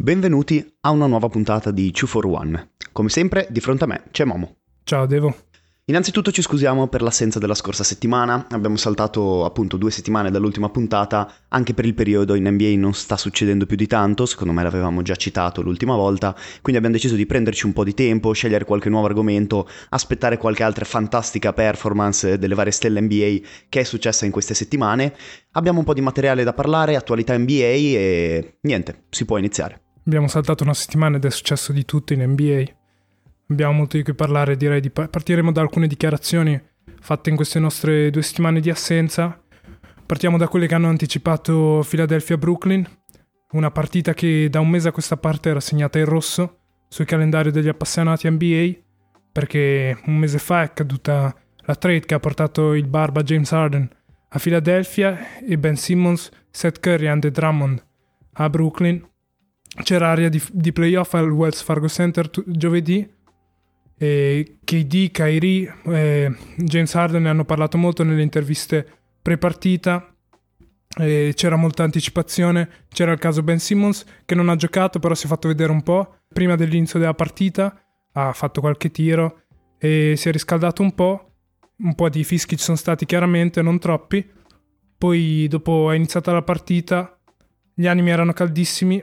Benvenuti a una nuova puntata di 241. Come sempre, di fronte a me c'è Momo. Ciao Devo. Innanzitutto ci scusiamo per l'assenza della scorsa settimana, abbiamo saltato appunto 2 settimane dall'ultima puntata, anche per il periodo in NBA non sta succedendo più di tanto, secondo me l'avevamo già citato l'ultima volta, quindi abbiamo deciso di prenderci un po' di tempo, scegliere qualche nuovo argomento, aspettare qualche altra fantastica performance delle varie stelle NBA che è successa in queste settimane. Abbiamo un po' di materiale da parlare, attualità NBA e niente, si può iniziare. Abbiamo saltato una settimana ed è successo di tutto in NBA. Abbiamo molto di cui parlare, direi partiremo da alcune dichiarazioni fatte in queste nostre 2 settimane di assenza. Partiamo da quelle che hanno anticipato Philadelphia-Brooklyn, una partita che da un mese a questa parte era segnata in rosso sul calendario degli appassionati NBA, perché un mese fa è accaduta la trade che ha portato il barba James Harden a Philadelphia e Ben Simmons, Seth Curry e Andre Drummond a Brooklyn. C'era area di playoff al Wells Fargo Center giovedì. KD, Kyrie, James Harden ne hanno parlato molto nelle interviste pre-partita, c'era molta anticipazione. C'era il caso Ben Simmons che non ha giocato, però si è fatto vedere un po' prima dell'inizio della partita, ha fatto qualche tiro e si è riscaldato un po' di fischi ci sono stati chiaramente, non troppi. Poi dopo è iniziata la partita, gli animi erano caldissimi,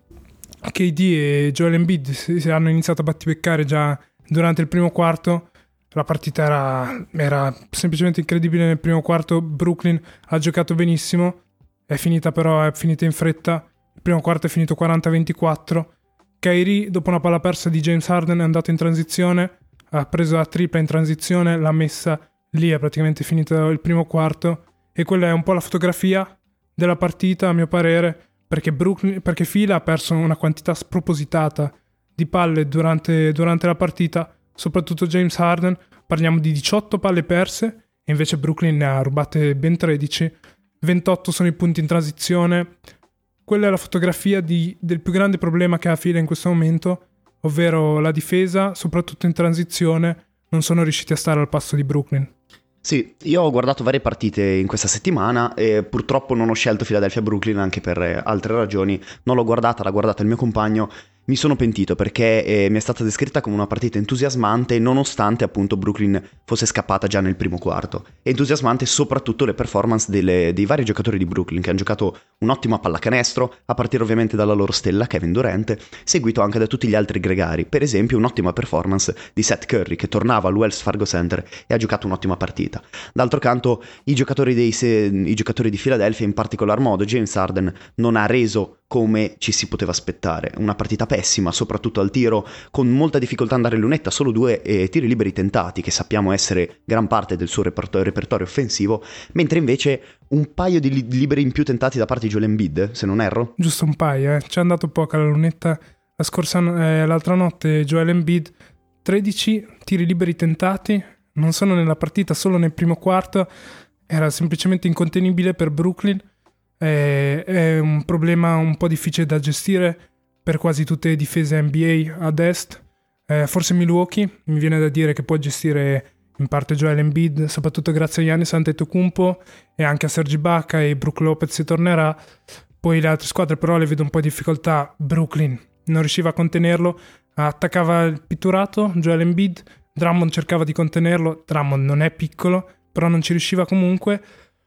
KD e Joel Embiid si hanno iniziato a battibeccare già durante il primo quarto. La partita era semplicemente incredibile. Nel primo quarto Brooklyn ha giocato benissimo, è finita in fretta. Il primo quarto è finito 40-24. Kyrie, dopo una palla persa di James Harden, è andato in transizione, ha preso la tripla in transizione, l'ha messa lì, è praticamente finito il primo quarto. E quella è un po' la fotografia della partita, a mio parere, perché Phila ha perso una quantità spropositata di palle durante la partita, soprattutto James Harden. Parliamo di 18 palle perse e invece Brooklyn ne ha rubate ben 13. 28 sono i punti in transizione. Quella è la fotografia del più grande problema che ha Phila in questo momento, ovvero la difesa, soprattutto in transizione. Non sono riusciti a stare al passo di Brooklyn. Sì, io ho guardato varie partite in questa settimana e purtroppo non ho scelto Philadelphia-Brooklyn anche per altre ragioni. Non l'ha guardata il mio compagno. Mi sono pentito perché mi è stata descritta come una partita entusiasmante nonostante appunto Brooklyn fosse scappata già nel primo quarto. E entusiasmante soprattutto le performance dei vari giocatori di Brooklyn che hanno giocato un'ottima pallacanestro, a partire ovviamente dalla loro stella Kevin Durant, seguito anche da tutti gli altri gregari. Per esempio un'ottima performance di Seth Curry che tornava al Wells Fargo Center e ha giocato un'ottima partita. D'altro canto i giocatori di Philadelphia, in particolar modo James Harden, non ha reso come ci si poteva aspettare. Una partita pessima, soprattutto al tiro, con molta difficoltà ad andare in lunetta, solo 2 tiri liberi tentati, che sappiamo essere gran parte del suo repertorio offensivo, mentre invece un paio di liberi in più tentati da parte di Joel Embiid, se non erro. Giusto un paio, ci è andato poco alla lunetta l'altra notte Joel Embiid. 13 tiri liberi tentati, non sono nella partita, solo nel primo quarto. Era semplicemente incontenibile per Brooklyn. È un problema un po' difficile da gestire per quasi tutte le difese NBA ad est. Forse Milwaukee mi viene da dire che può gestire in parte Joel Embiid, soprattutto grazie a Giannis Antetokounmpo e anche a Serge Ibaka, e Brook Lopez si tornerà. Poi le altre squadre però le vedo un po' di difficoltà. Brooklyn non riusciva a contenerlo, attaccava il pitturato Joel Embiid, Drummond cercava di contenerlo. Drummond non è piccolo, però non ci riusciva comunque.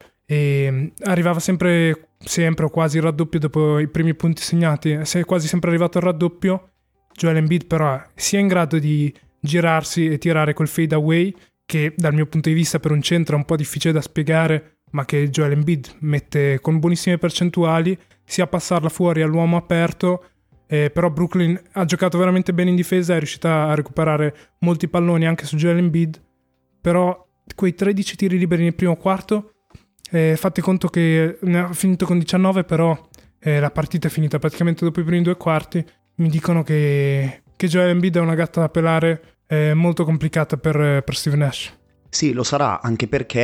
E arrivava sempre o quasi il raddoppio dopo i primi punti segnati. È quasi sempre arrivato al raddoppio. Joel Embiid però sia in grado di girarsi e tirare col fade away, che dal mio punto di vista per un centro è un po' difficile da spiegare, ma che Joel Embiid mette con buonissime percentuali, sia passarla fuori all'uomo aperto. Però Brooklyn ha giocato veramente bene in difesa, è riuscita a recuperare molti palloni anche su Joel Embiid. Però quei 13 tiri liberi nel primo quarto, fate conto che ne ha finito con 19, però la partita è finita praticamente dopo i primi 2 quarti. Mi dicono che Joel Embiid è una gatta da pelare molto complicata per Steve Nash. Sì, lo sarà, anche perché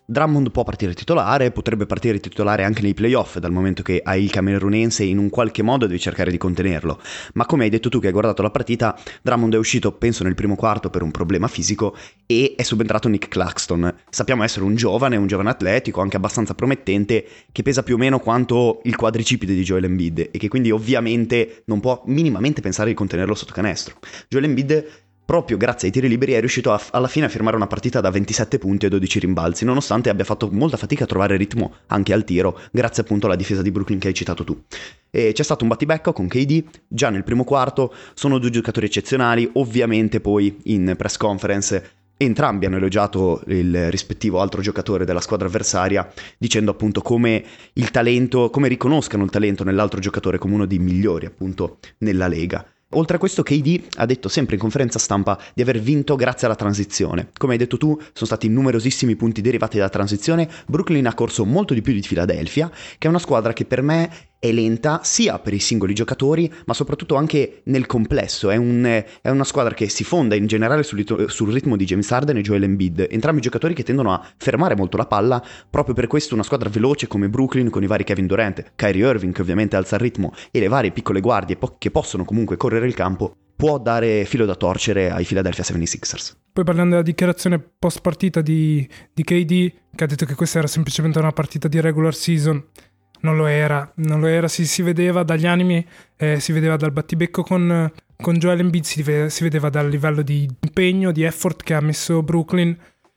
Drummond può partire titolare, potrebbe partire titolare anche nei playoff, dal momento che hai il camerunense, in un qualche modo devi cercare di contenerlo. Ma come hai detto tu che hai guardato la partita, Drummond è uscito penso nel primo quarto per un problema fisico e è subentrato Nick Claxton. Sappiamo essere un giovane atletico, anche abbastanza promettente, che pesa più o meno quanto il quadricipite di Joel Embiid e che quindi ovviamente non può minimamente pensare di contenerlo sotto canestro. Joel Embiid, proprio grazie ai tiri liberi, è riuscito alla fine a firmare una partita da 27 punti e 12 rimbalzi, nonostante abbia fatto molta fatica a trovare ritmo anche al tiro, grazie appunto alla difesa di Brooklyn che hai citato tu. E c'è stato un battibecco con KD già nel primo quarto, sono due giocatori eccezionali, ovviamente poi in press conference entrambi hanno elogiato il rispettivo altro giocatore della squadra avversaria, dicendo appunto come il talento, come riconoscano il talento nell'altro giocatore come uno dei migliori appunto nella Lega. Oltre a questo, KD ha detto sempre in conferenza stampa di aver vinto grazie alla transizione. Come hai detto tu, sono stati numerosissimi punti derivati dalla transizione. Brooklyn ha corso molto di più di Philadelphia, che è una squadra che per me è lenta sia per i singoli giocatori, ma soprattutto anche nel complesso. È una squadra che si fonda in generale sul ritmo di James Harden e Joel Embiid, entrambi giocatori che tendono a fermare molto la palla. Proprio per questo una squadra veloce come Brooklyn, con i vari Kevin Durant, Kyrie Irving che ovviamente alza il ritmo, e le varie piccole guardie che possono comunque correre il campo, può dare filo da torcere ai Philadelphia 76ers. Poi parlando della dichiarazione post partita di KD, che ha detto che questa era semplicemente una partita di regular season, non lo era, si vedeva dagli animi, si vedeva dal battibecco con Joel Embiid, si vedeva dal livello di impegno, di effort che ha messo Brooklyn,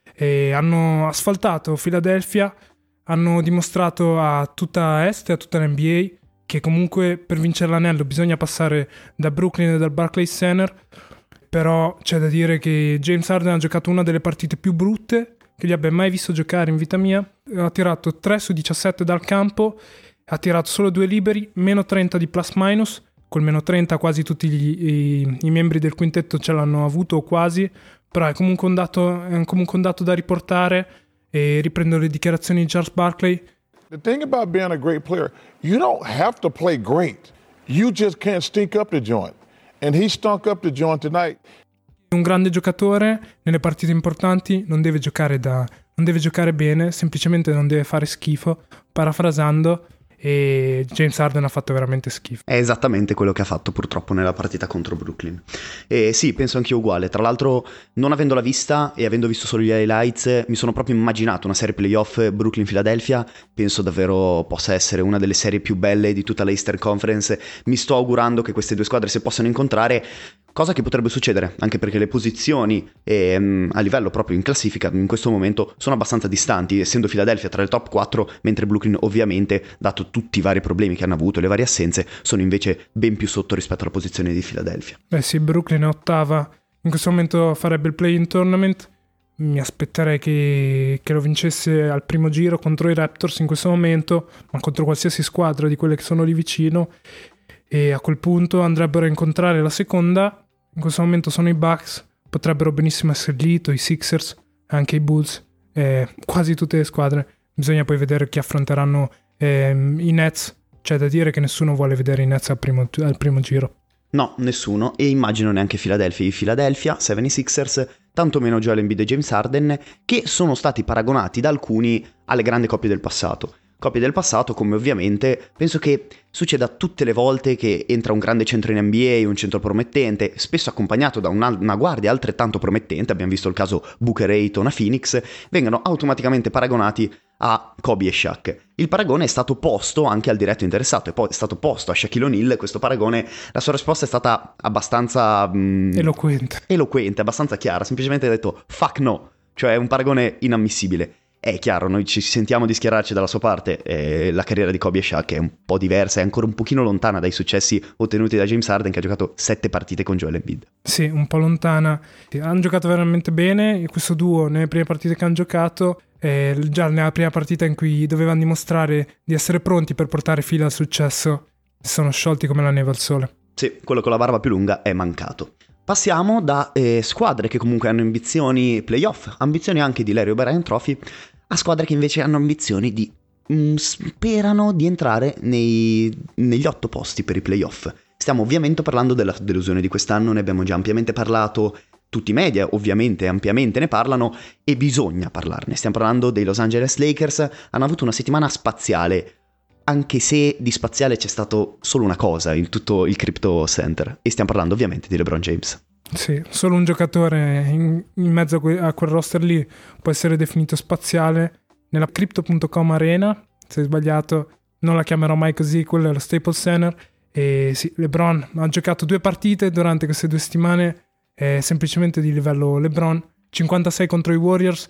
e hanno asfaltato Philadelphia, hanno dimostrato a tutta Est e a tutta l'NBA che comunque per vincere l'anello bisogna passare da Brooklyn e dal Barclays Center. Però c'è da dire che James Harden ha giocato una delle partite più brutte che gli abbia mai visto giocare in vita mia. Ha tirato 3 su 17 dal campo, ha tirato solo 2 liberi, meno 30 di plus minus. Col meno 30 quasi tutti i membri del quintetto ce l'hanno avuto, o quasi, però è comunque un dato da riportare. E riprendo le dichiarazioni di Charles Barkley. The thing about being a great player, you don't have to play great. You just can't stink up the joint. And he stunk up the joint tonight. Un grande giocatore nelle partite importanti non deve giocare bene, semplicemente non deve fare schifo, parafrasando, e James Harden ha fatto veramente schifo. È esattamente quello che ha fatto purtroppo nella partita contro Brooklyn. E sì, penso anch'io uguale. Tra l'altro, non avendola vista e avendo visto solo gli highlights, mi sono proprio immaginato una serie playoff Brooklyn-Philadelphia. Penso davvero possa essere una delle serie più belle di tutta la Eastern Conference. Mi sto augurando che queste due squadre si possano incontrare, cosa che potrebbe succedere, anche perché le posizioni a livello proprio in classifica in questo momento sono abbastanza distanti, essendo Philadelphia tra le top 4, mentre Brooklyn ovviamente, dato tutti i vari problemi che hanno avuto e le varie assenze, sono invece ben più sotto rispetto alla posizione di Philadelphia. Sì, Brooklyn è ottava, in questo momento farebbe il play-in tournament. Mi aspetterei che lo vincesse al primo giro contro i Raptors in questo momento, ma contro qualsiasi squadra di quelle che sono lì vicino, e a quel punto andrebbero a incontrare la seconda. In questo momento sono i Bucks, potrebbero benissimo essere lì, i Sixers, anche i Bulls, quasi tutte le squadre. Bisogna poi vedere chi affronteranno i Nets. C'è da dire che nessuno vuole vedere i Nets al primo giro. No, nessuno, e immagino neanche Philadelphia. I Philadelphia 76ers, tantomeno Joel Embiid e James Harden, che sono stati paragonati da alcuni alle grandi coppie del passato. Coppie del passato, come ovviamente penso che succeda tutte le volte che entra un grande centro in NBA, un centro promettente, spesso accompagnato da una guardia altrettanto promettente, abbiamo visto il caso Booker Ayton a Phoenix, vengano automaticamente paragonati a Kobe e Shaq. Il paragone è stato posto anche al diretto interessato, e poi è stato posto a Shaquille O'Neal. Questo paragone, la sua risposta è stata abbastanza eloquente, abbastanza chiara, semplicemente ha detto fuck no, cioè è un paragone inammissibile. È chiaro, noi ci sentiamo di schierarci dalla sua parte, la carriera di Kobe e Shaq è un po' diversa, è ancora un pochino lontana dai successi ottenuti da James Harden, che ha giocato 7 partite con Joel Embiid. Sì, un po' lontana. Hanno giocato veramente bene questo duo nelle prime partite che hanno giocato, già nella prima partita in cui dovevano dimostrare di essere pronti per portare fila al successo, si sono sciolti come la neve al sole. Sì, quello con la barba più lunga è mancato. Passiamo da squadre che comunque hanno ambizioni playoff, ambizioni anche di Larry O'Brien Trophy, a squadre che invece hanno ambizioni di sperano di entrare negli 8 posti per i playoff. Stiamo ovviamente parlando della delusione di quest'anno, ne abbiamo già ampiamente parlato, tutti i media ovviamente ampiamente ne parlano e bisogna parlarne. Stiamo parlando dei Los Angeles Lakers, hanno avuto una settimana spaziale, anche se di spaziale c'è stato solo una cosa in tutto il Crypto Center, e stiamo parlando ovviamente di LeBron James. Sì, solo un giocatore in mezzo a quel roster lì può essere definito spaziale. Nella Crypto.com Arena, se hai sbagliato, non la chiamerò mai così, quello è lo Staples Center. E sì, LeBron ha giocato 2 partite durante queste 2 settimane, semplicemente di livello LeBron. 56 contro i Warriors,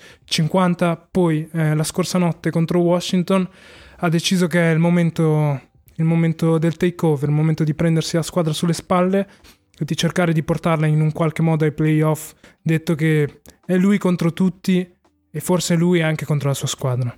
50 poi la scorsa notte contro Washington. Ha deciso che è il momento del takeover, il momento di prendersi la squadra sulle spalle e di cercare di portarla in un qualche modo ai playoff, detto che è lui contro tutti e forse lui anche contro la sua squadra.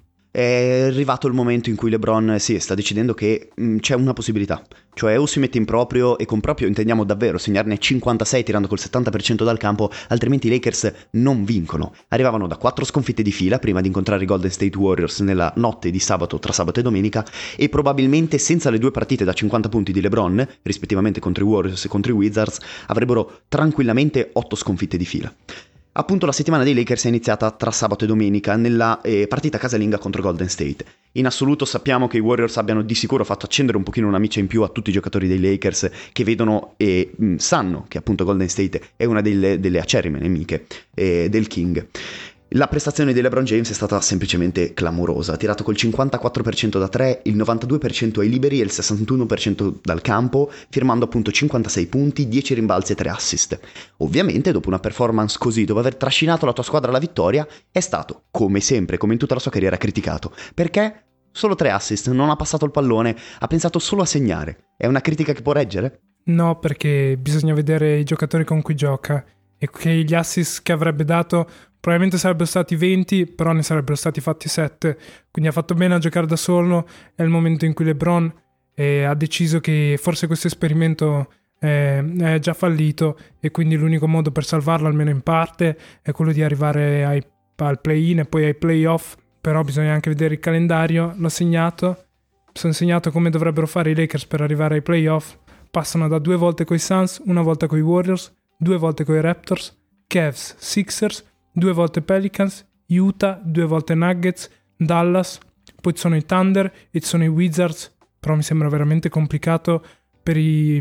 È arrivato il momento in cui LeBron sta decidendo che c'è una possibilità, cioè o si mette in proprio, e con proprio intendiamo davvero segnarne 56 tirando col 70% dal campo, altrimenti i Lakers non vincono. Arrivavano da 4 sconfitte di fila prima di incontrare i Golden State Warriors nella notte di sabato, tra sabato e domenica, e probabilmente senza le 2 partite da 50 punti di LeBron, rispettivamente contro i Warriors e contro i Wizards, avrebbero tranquillamente 8 sconfitte di fila. Appunto la settimana dei Lakers è iniziata tra sabato e domenica nella partita casalinga contro Golden State. In assoluto sappiamo che i Warriors abbiano di sicuro fatto accendere un pochino una miccia in più a tutti i giocatori dei Lakers, che vedono e sanno che appunto Golden State è una delle acerrime nemiche del King. La prestazione di LeBron James è stata semplicemente clamorosa, ha tirato col 54% da 3, il 92% ai liberi e il 61% dal campo, firmando appunto 56 punti, 10 rimbalzi e 3 assist. Ovviamente dopo una performance così, dopo aver trascinato la tua squadra alla vittoria, è stato, come sempre, come in tutta la sua carriera, criticato. Perché? Solo 3 assist, non ha passato il pallone, ha pensato solo a segnare. È una critica che può reggere? No, perché bisogna vedere i giocatori con cui gioca e che gli assist che avrebbe dato probabilmente sarebbero stati 20, però ne sarebbero stati fatti 7, quindi ha fatto bene a giocare da solo. È il momento in cui LeBron ha deciso che forse questo esperimento è già fallito e quindi l'unico modo per salvarlo, almeno in parte, è quello di arrivare al play-in e poi ai play-off. Però bisogna anche vedere il calendario. L'ho segnato, sono segnato come dovrebbero fare i Lakers per arrivare ai play-off. Passano da 2 volte coi Suns, 1 volta coi Warriors, 2 volte coi Raptors, Cavs, Sixers, 2 volte Pelicans, Utah, 2 volte Nuggets, Dallas, poi ci sono i Thunder e ci sono i Wizards. Però mi sembra veramente complicato per i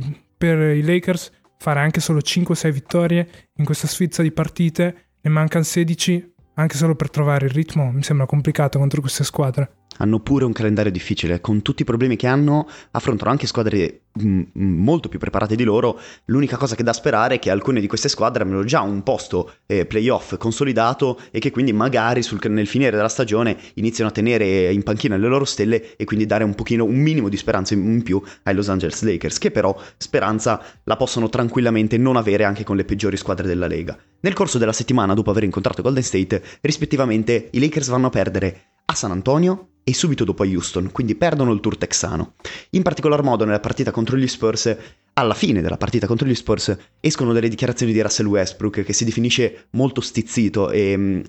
Lakers fare anche solo 5-6 vittorie in questa sfilza di partite. Ne mancano 16, anche solo per trovare il ritmo mi sembra complicato contro queste squadre. Hanno pure un calendario difficile, con tutti i problemi che hanno, affrontano anche squadre molto più preparate di loro. L'unica cosa che dà sperare è che alcune di queste squadre abbiano già un posto playoff consolidato e che quindi magari nel finire della stagione iniziano a tenere in panchina le loro stelle e quindi dare un minimo di speranza in più ai Los Angeles Lakers, che però speranza la possono tranquillamente non avere anche con le peggiori squadre della Lega. Nel corso della settimana, dopo aver incontrato Golden State, rispettivamente i Lakers vanno a perdere a San Antonio e subito dopo a Houston, quindi perdono il tour texano. In particolar modo nella partita contro gli Spurs, alla fine della partita contro gli Spurs, escono delle dichiarazioni di Russell Westbrook che si definisce molto stizzito e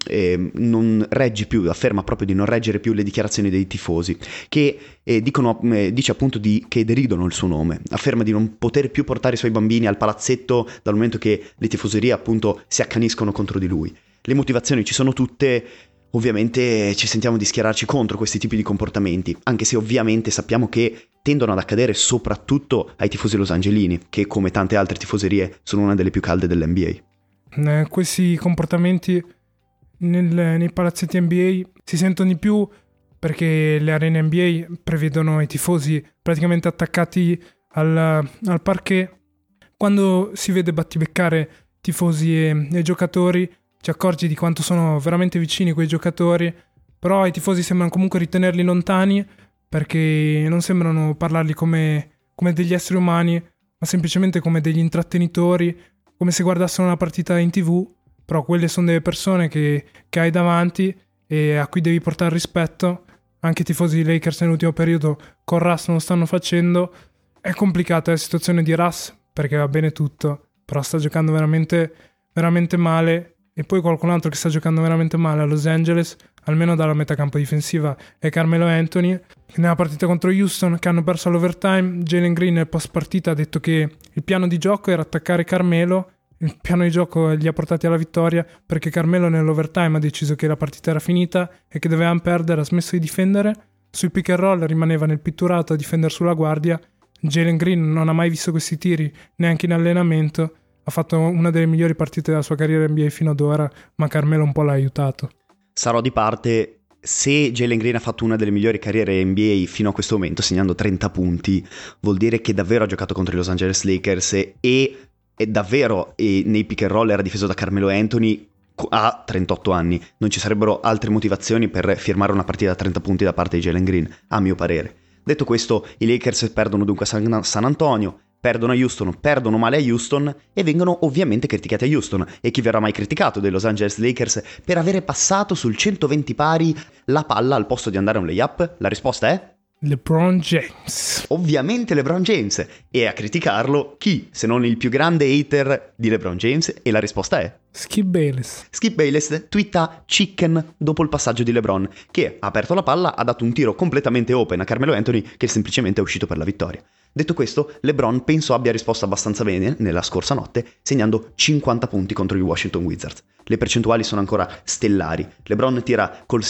non regge più, afferma proprio di non reggere più le dichiarazioni dei tifosi, che dice appunto che deridono il suo nome, afferma di non poter più portare i suoi bambini al palazzetto dal momento che le tifoserie appunto si accaniscono contro di lui. Le motivazioni ci sono tutte. Ovviamente ci sentiamo di schierarci contro questi tipi di comportamenti, anche se ovviamente sappiamo che tendono ad accadere soprattutto ai tifosi losangelini, che come tante altre tifoserie sono una delle più calde dell'NBA. Questi comportamenti nei palazzetti NBA si sentono di più perché le arene NBA prevedono i tifosi praticamente attaccati al parquet. Quando si vede battibeccare tifosi e giocatori, ci accorgi di quanto sono veramente vicini quei giocatori, però i tifosi sembrano comunque ritenerli lontani perché non sembrano parlarli come degli esseri umani, ma semplicemente come degli intrattenitori, come se guardassero una partita in TV. Però quelle sono delle persone che hai davanti e a cui devi portare rispetto. Anche i tifosi di Lakers nell'ultimo periodo con Russ non lo stanno facendo. È complicata la situazione di Russ perché va bene tutto, però sta giocando veramente, veramente male. E poi qualcun altro che sta giocando veramente male a Los Angeles, almeno dalla metà campo difensiva, è Carmelo Anthony. Nella partita contro Houston, che hanno perso all'overtime, Jalen Green nel post partita ha detto che il piano di gioco era attaccare Carmelo il piano di gioco li ha portati alla vittoria, perché Carmelo nell'overtime ha deciso che la partita era finita e che dovevano perdere, ha smesso di difendere, sui pick and roll rimaneva nel pitturato a difendere sulla guardia. Jalen Green non ha mai visto questi tiri neanche in allenamento, ha fatto una delle migliori partite della sua carriera NBA fino ad ora, ma Carmelo un po' l'ha aiutato. Sarò di parte. Se Jalen Green ha fatto una delle migliori carriere NBA fino a questo momento, segnando 30 punti, vuol dire che davvero ha giocato contro i Los Angeles Lakers e davvero nei pick and roll era difeso da Carmelo Anthony a 38 anni. Non ci sarebbero altre motivazioni per firmare una partita da 30 punti da parte di Jalen Green, a mio parere. Detto questo, i Lakers perdono dunque a San Antonio, perdono a Houston, perdono male a Houston e vengono ovviamente criticati a Houston. E chi verrà mai criticato dei Los Angeles Lakers per avere passato sul 120 pari la palla al posto di andare a un layup? La risposta è LeBron James. Ovviamente LeBron James. E a criticarlo chi, se non il più grande hater di LeBron James? E la risposta è Skip Bayless. Skip Bayless twitta chicken dopo il passaggio di LeBron, che ha aperto la palla, ha dato un tiro completamente open a Carmelo Anthony, che semplicemente è uscito per la vittoria. Detto questo, LeBron penso abbia risposto abbastanza bene nella scorsa notte, segnando 50 punti contro i Washington Wizards. Le percentuali sono ancora stellari. LeBron tira col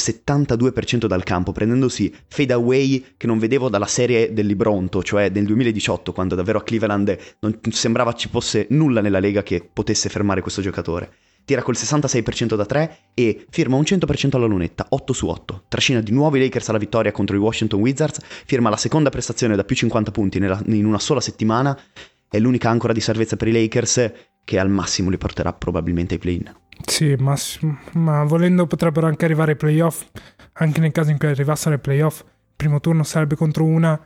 72% dal campo, prendendosi fade away che non vedevo dalla serie del Libronto, cioè del 2018, quando davvero a Cleveland non sembrava ci fosse nulla nella lega che potesse fermare questo giocatore. Tira col 66% da 3 e firma un 100% alla lunetta, 8 su 8. Trascina di nuovo i Lakers alla vittoria contro i Washington Wizards, firma la seconda prestazione da più 50 punti in una sola settimana, è l'unica ancora di salvezza per i Lakers che al massimo li porterà probabilmente ai play-in. Sì, ma volendo potrebbero anche arrivare ai playoff, anche nel caso in cui arrivassero ai playoff. Il primo turno sarebbe contro una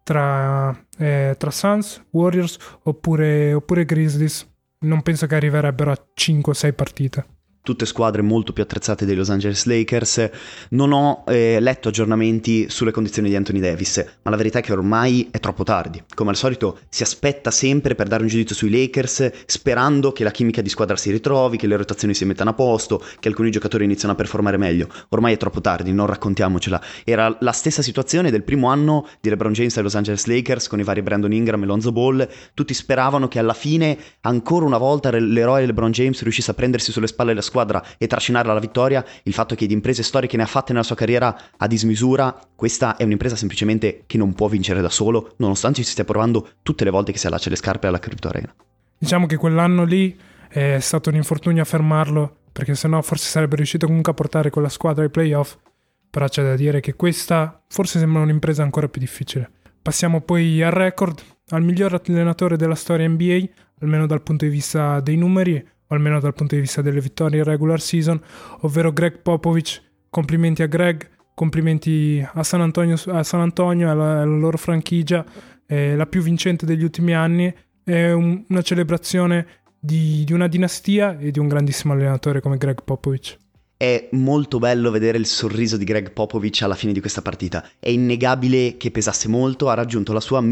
tra Suns, Warriors oppure Grizzlies. Non penso che arriverebbero a 5-6 partite. Tutte squadre molto più attrezzate dei Los Angeles Lakers. Non ho letto aggiornamenti sulle condizioni di Anthony Davis, ma la verità è che ormai è troppo tardi. Come al solito si aspetta sempre per dare un giudizio sui Lakers, sperando che la chimica di squadra si ritrovi, che le rotazioni si mettano a posto, che alcuni giocatori iniziano a performare meglio. Ormai è troppo tardi, non raccontiamocela. Era la stessa situazione del primo anno di LeBron James ai Los Angeles Lakers, con i vari Brandon Ingram e Lonzo Ball. Tutti speravano che alla fine, ancora una volta, l'eroe LeBron James riuscisse a prendersi sulle spalle la squadra e trascinarla alla vittoria. Il fatto che di imprese storiche ne ha fatte nella sua carriera a dismisura, questa è un'impresa semplicemente che non può vincere da solo, nonostante ci stia provando tutte le volte che si allaccia le scarpe alla Crypto Arena. Diciamo che quell'anno lì è stato un infortunio a fermarlo, perché sennò forse sarebbe riuscito comunque a portare quella squadra ai playoff, però c'è da dire che questa forse sembra un'impresa ancora più difficile. Passiamo poi al record, al miglior allenatore della storia NBA, almeno dal punto di vista dei numeri, o almeno dal punto di vista delle vittorie in regular season, ovvero Greg Popovich. Complimenti a Greg, complimenti a San Antonio e alla loro franchigia, la più vincente degli ultimi anni, è una celebrazione di una dinastia e di un grandissimo allenatore come Greg Popovich. È molto bello vedere il sorriso di Greg Popovich alla fine di questa partita. È innegabile che pesasse molto, ha raggiunto la sua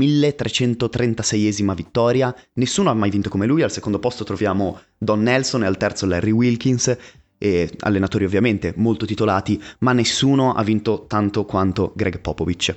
1336esima vittoria. Nessuno ha mai vinto come lui, al secondo posto troviamo Don Nelson e al terzo Larry Wilkins, e allenatori ovviamente molto titolati, ma nessuno ha vinto tanto quanto Greg Popovich.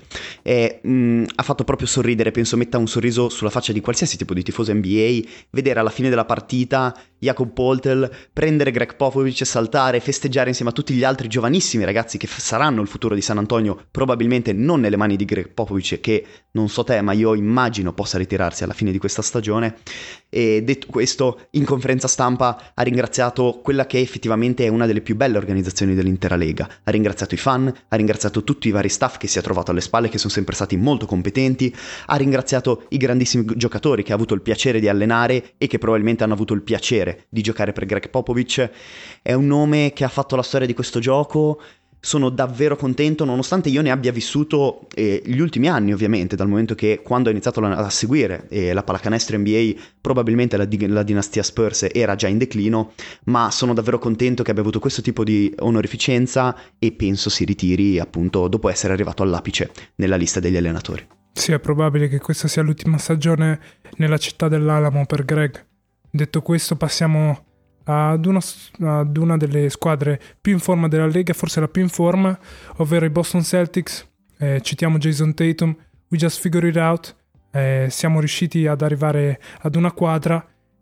Ha fatto proprio sorridere, penso metta un sorriso sulla faccia di qualsiasi tipo di tifoso NBA, vedere alla fine della partita Jakob Poeltl prendere Greg Popovich, saltare, festeggiare insieme a tutti gli altri giovanissimi ragazzi che saranno il futuro di San Antonio, probabilmente non nelle mani di Greg Popovich, che non so te ma io immagino possa ritirarsi alla fine di questa stagione. E detto questo, in conferenza stampa ha ringraziato quella che effettivamente è una delle più belle organizzazioni dell'intera lega, ha ringraziato i fan, ha ringraziato tutti i vari staff che si è trovato alle spalle, che sono sempre stati molto competenti, ha ringraziato i grandissimi giocatori che ha avuto il piacere di allenare e che probabilmente hanno avuto il piacere di giocare per Greg Popovich. È un nome che ha fatto la storia di questo gioco. Sono davvero contento, nonostante io ne abbia vissuto gli ultimi anni, ovviamente, dal momento che quando ho iniziato a seguire la pallacanestro NBA, probabilmente la dinastia Spurs era già in declino, ma sono davvero contento che abbia avuto questo tipo di onorificenza e penso si ritiri appunto dopo essere arrivato all'apice nella lista degli allenatori. Sì, è probabile che questa sia l'ultima stagione nella città dell'Alamo per Greg. Detto questo, passiamo ad una delle squadre più in forma della Lega, forse la più in forma, ovvero i Boston Celtics. Citiamo Jason Tatum, we just figured it out, siamo riusciti ad arrivare ad una quadra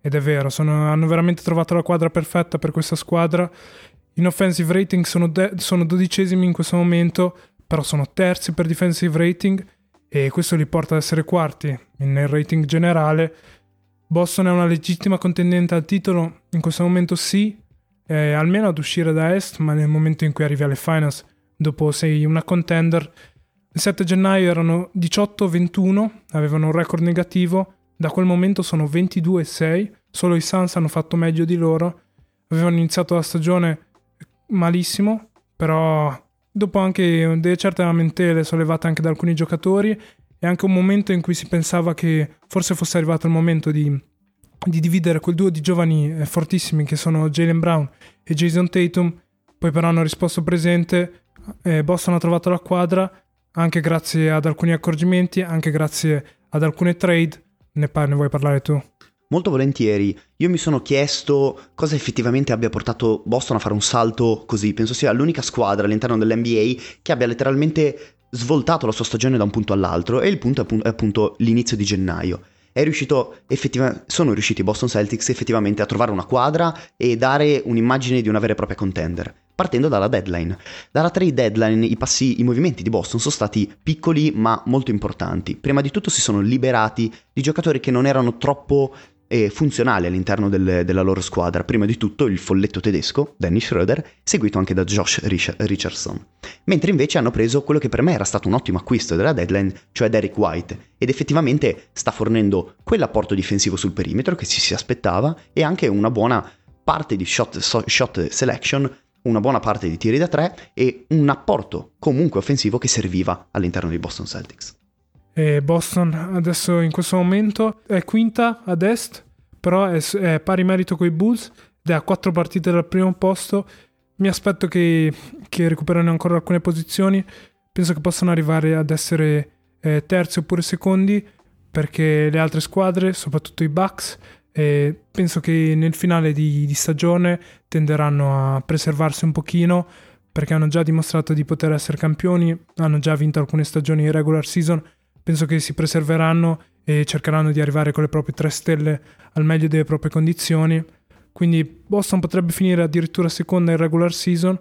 ed è vero, hanno veramente trovato la quadra perfetta per questa squadra. In offensive rating sono 12esimi in questo momento, però sono terzi per defensive rating e questo li porta ad essere quarti nel rating generale. Boston è una legittima contendente al titolo, in questo momento sì, almeno ad uscire da Est, ma nel momento in cui arrivi alle finals, dopo sei una contender. Il 7 gennaio erano 18-21, avevano un record negativo, da quel momento sono 22-6, solo i Suns hanno fatto meglio di loro, avevano iniziato la stagione malissimo, però dopo anche delle certe lamentele sollevate anche da alcuni giocatori e anche un momento in cui si pensava che forse fosse arrivato il momento di dividere quel duo di giovani fortissimi che sono Jaylen Brown e Jason Tatum, poi però hanno risposto presente. Boston ha trovato la quadra anche grazie ad alcuni accorgimenti, anche grazie ad alcune trade. Ne vuoi parlare tu? Molto volentieri. Io mi sono chiesto cosa effettivamente abbia portato Boston a fare un salto così. Penso sia l'unica squadra all'interno dell'NBA che abbia letteralmente svoltato la sua stagione da un punto all'altro, e il punto è appunto l'inizio di gennaio. Sono riusciti i Boston Celtics effettivamente a trovare una quadra e dare un'immagine di una vera e propria contender, partendo dalla deadline. Dalla trade deadline i movimenti di Boston sono stati piccoli ma molto importanti. Prima di tutto si sono liberati di giocatori che non erano troppo funzionali all'interno della loro squadra. Prima di tutto il folletto tedesco Dennis Schroeder, seguito anche da Josh Richardson, mentre invece hanno preso quello che per me era stato un ottimo acquisto della deadline, cioè Derrick White, ed effettivamente sta fornendo quell'apporto difensivo sul perimetro che ci si aspettava e anche una buona parte di shot selection, una buona parte di tiri da tre e un apporto comunque offensivo che serviva all'interno dei Boston Celtics. Boston adesso in questo momento è quinta ad Est, però è pari merito con i Bulls ed è a 4 partite dal primo posto. Mi aspetto che recuperino ancora alcune posizioni. Penso che possano arrivare ad essere terzi oppure secondi, perché le altre squadre, soprattutto i Bucks, penso che nel finale di stagione tenderanno a preservarsi un pochino, perché hanno già dimostrato di poter essere campioni, hanno già vinto alcune stagioni in regular season. Penso che si preserveranno e cercheranno di arrivare con le proprie 3 stelle al meglio delle proprie condizioni. Quindi Boston potrebbe finire addirittura seconda in regular season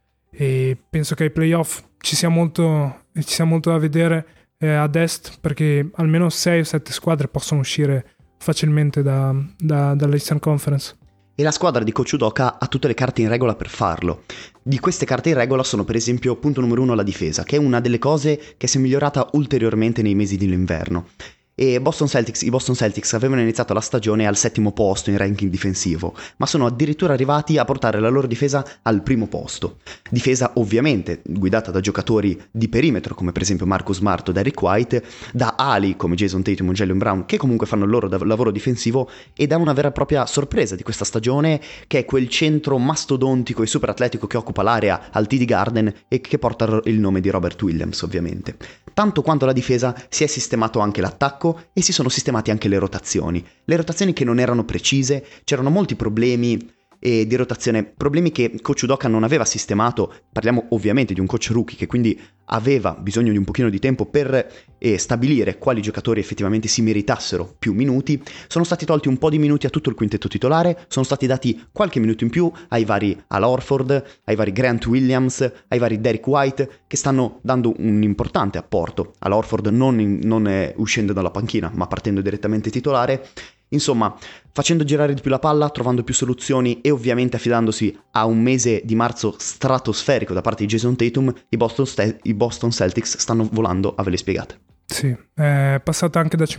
e penso che ai playoff ci sia molto da vedere ad Est, perché almeno 6 o 7 squadre possono uscire facilmente dall'Eastern Conference. E la squadra di Coach Udoka ha tutte le carte in regola per farlo. Di queste carte in regola sono per esempio, punto numero 1, la difesa, che è una delle cose che si è migliorata ulteriormente nei mesi dell'inverno. E i Boston Celtics avevano iniziato la stagione al 7° posto in ranking difensivo, ma sono addirittura arrivati a portare la loro difesa al 1° posto. Difesa ovviamente guidata da giocatori di perimetro come per esempio Marcus Smart o Derrick White, da ali come Jason Tatum o Jaylen Brown, che comunque fanno il loro lavoro difensivo, e da una vera e propria sorpresa di questa stagione, che è quel centro mastodontico e super atletico che occupa l'area al TD Garden e che porta il nome di Robert Williams ovviamente. Tanto quanto la difesa si è sistemato anche l'attacco e si sono sistemati anche le rotazioni che non erano precise. C'erano molti problemi di rotazione, problemi che Coach Udoka non aveva sistemato. Parliamo ovviamente di un coach rookie che quindi aveva bisogno di un pochino di tempo per stabilire quali giocatori effettivamente si meritassero più minuti. Sono stati tolti un po' di minuti a tutto il quintetto titolare, sono stati dati qualche minuto in più ai vari Al Horford, ai vari Grant Williams, ai vari Derrick White, che stanno dando un importante apporto. Al Horford non uscendo dalla panchina ma partendo direttamente titolare. Insomma, facendo girare di più la palla, trovando più soluzioni e ovviamente affidandosi a un mese di marzo stratosferico da parte di Jason Tatum, i Boston Celtics stanno volando a vele spiegate. Sì, è passato anche da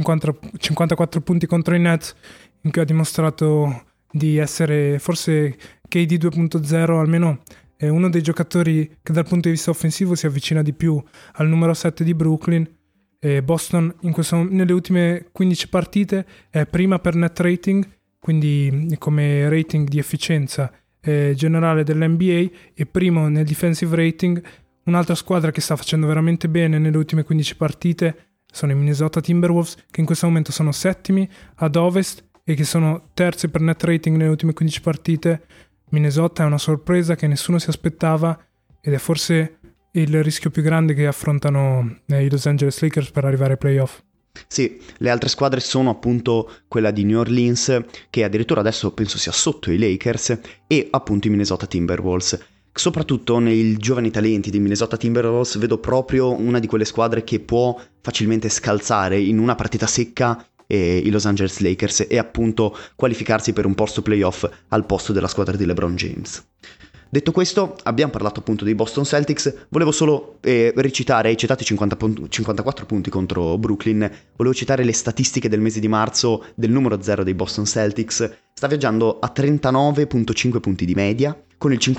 54 punti contro i Nets, in cui ha dimostrato di essere forse KD 2.0, almeno è uno dei giocatori che dal punto di vista offensivo si avvicina di più al numero 7 di Brooklyn. Boston nelle ultime 15 partite è prima per net rating, quindi come rating di efficienza generale dell'NBA, e primo nel defensive rating. Un'altra squadra che sta facendo veramente bene nelle ultime 15 partite sono i Minnesota Timberwolves, che in questo momento sono settimi ad Ovest e che sono terzi per net rating nelle ultime 15 partite. Minnesota è una sorpresa che nessuno si aspettava ed è forse il rischio più grande che affrontano i Los Angeles Lakers per arrivare ai playoff. Sì, le altre squadre sono appunto quella di New Orleans, che addirittura adesso penso sia sotto i Lakers, e appunto i Minnesota Timberwolves. Soprattutto nei giovani talenti dei Minnesota Timberwolves vedo proprio una di quelle squadre che può facilmente scalzare in una partita secca i Los Angeles Lakers e appunto qualificarsi per un posto playoff al posto della squadra di LeBron James. Detto questo, abbiamo parlato appunto dei Boston Celtics, volevo solo recitare, hai citato i 54 punti contro Brooklyn, volevo citare le statistiche del mese di marzo del numero 0 dei Boston Celtics, sta viaggiando a 39,5 punti di media, con il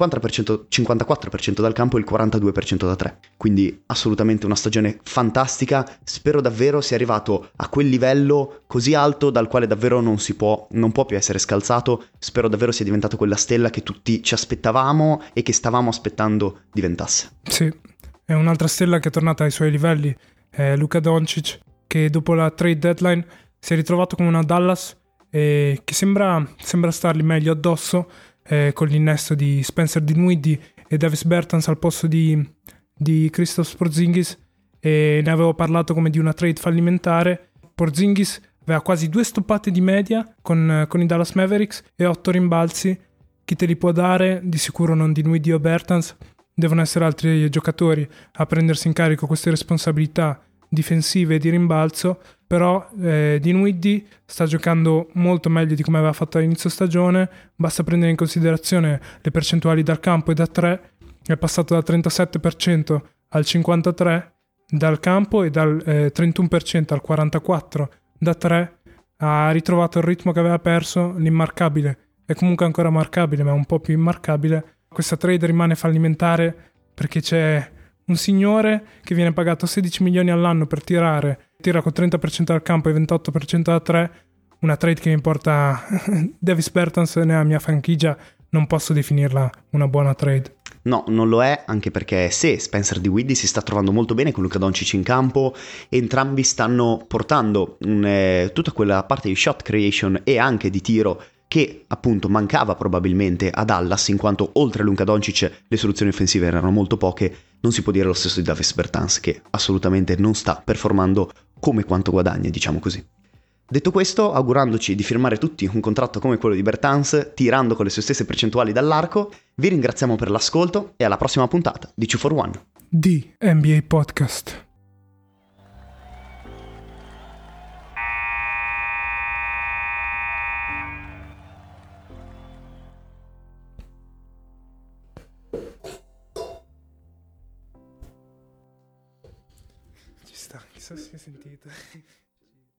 54% dal campo e il 42% da 3, quindi assolutamente una stagione fantastica, spero davvero sia arrivato a quel livello così alto dal quale davvero non può più essere scalzato, spero davvero sia diventato quella stella che tutti ci aspettavamo e che stavamo aspettando diventasse. Sì, è un'altra stella che è tornata ai suoi livelli, è Luka Doncic, che dopo la trade deadline si è ritrovato come una Dallas che sembra stargli meglio addosso, con l'innesto di Spencer Dinwiddie e Davis Bertans al posto di Kristaps Porzingis, e ne avevo parlato come di una trade fallimentare. Porzingis aveva quasi 2 stoppate di media con i Dallas Mavericks e 8 rimbalzi. Chi te li può dare? Di sicuro non Dinwiddie o Bertans, devono essere altri giocatori a prendersi in carico queste responsabilità difensive e di rimbalzo, però Dinwiddie sta giocando molto meglio di come aveva fatto all'inizio stagione, basta prendere in considerazione le percentuali dal campo e da 3, è passato dal 37% al 53% dal campo e dal 31% al 44% da 3, ha ritrovato il ritmo che aveva perso, l'immarcabile, è comunque ancora marcabile ma un po' più immarcabile. Questa trade rimane fallimentare perché c'è un signore che viene pagato 16 milioni all'anno per tira con 30% dal campo e 28% da 3, una trade che mi porta Davis Bertans nella mia franchigia, non posso definirla una buona trade. No, non lo è, anche perché se Spencer Dinwiddie si sta trovando molto bene con Luka Doncic in campo, entrambi stanno portando tutta quella parte di shot creation e anche di tiro che appunto mancava probabilmente a Dallas, in quanto oltre a Luka Doncic le soluzioni offensive erano molto poche. Non si può dire lo stesso di Davis Bertans, che assolutamente non sta performando come quanto guadagna, diciamo così. Detto questo, augurandoci di firmare tutti un contratto come quello di Bertans, tirando con le sue stesse percentuali dall'arco, vi ringraziamo per l'ascolto e alla prossima puntata di 2 for 1. The NBA Podcast. Chissà se si è sentito.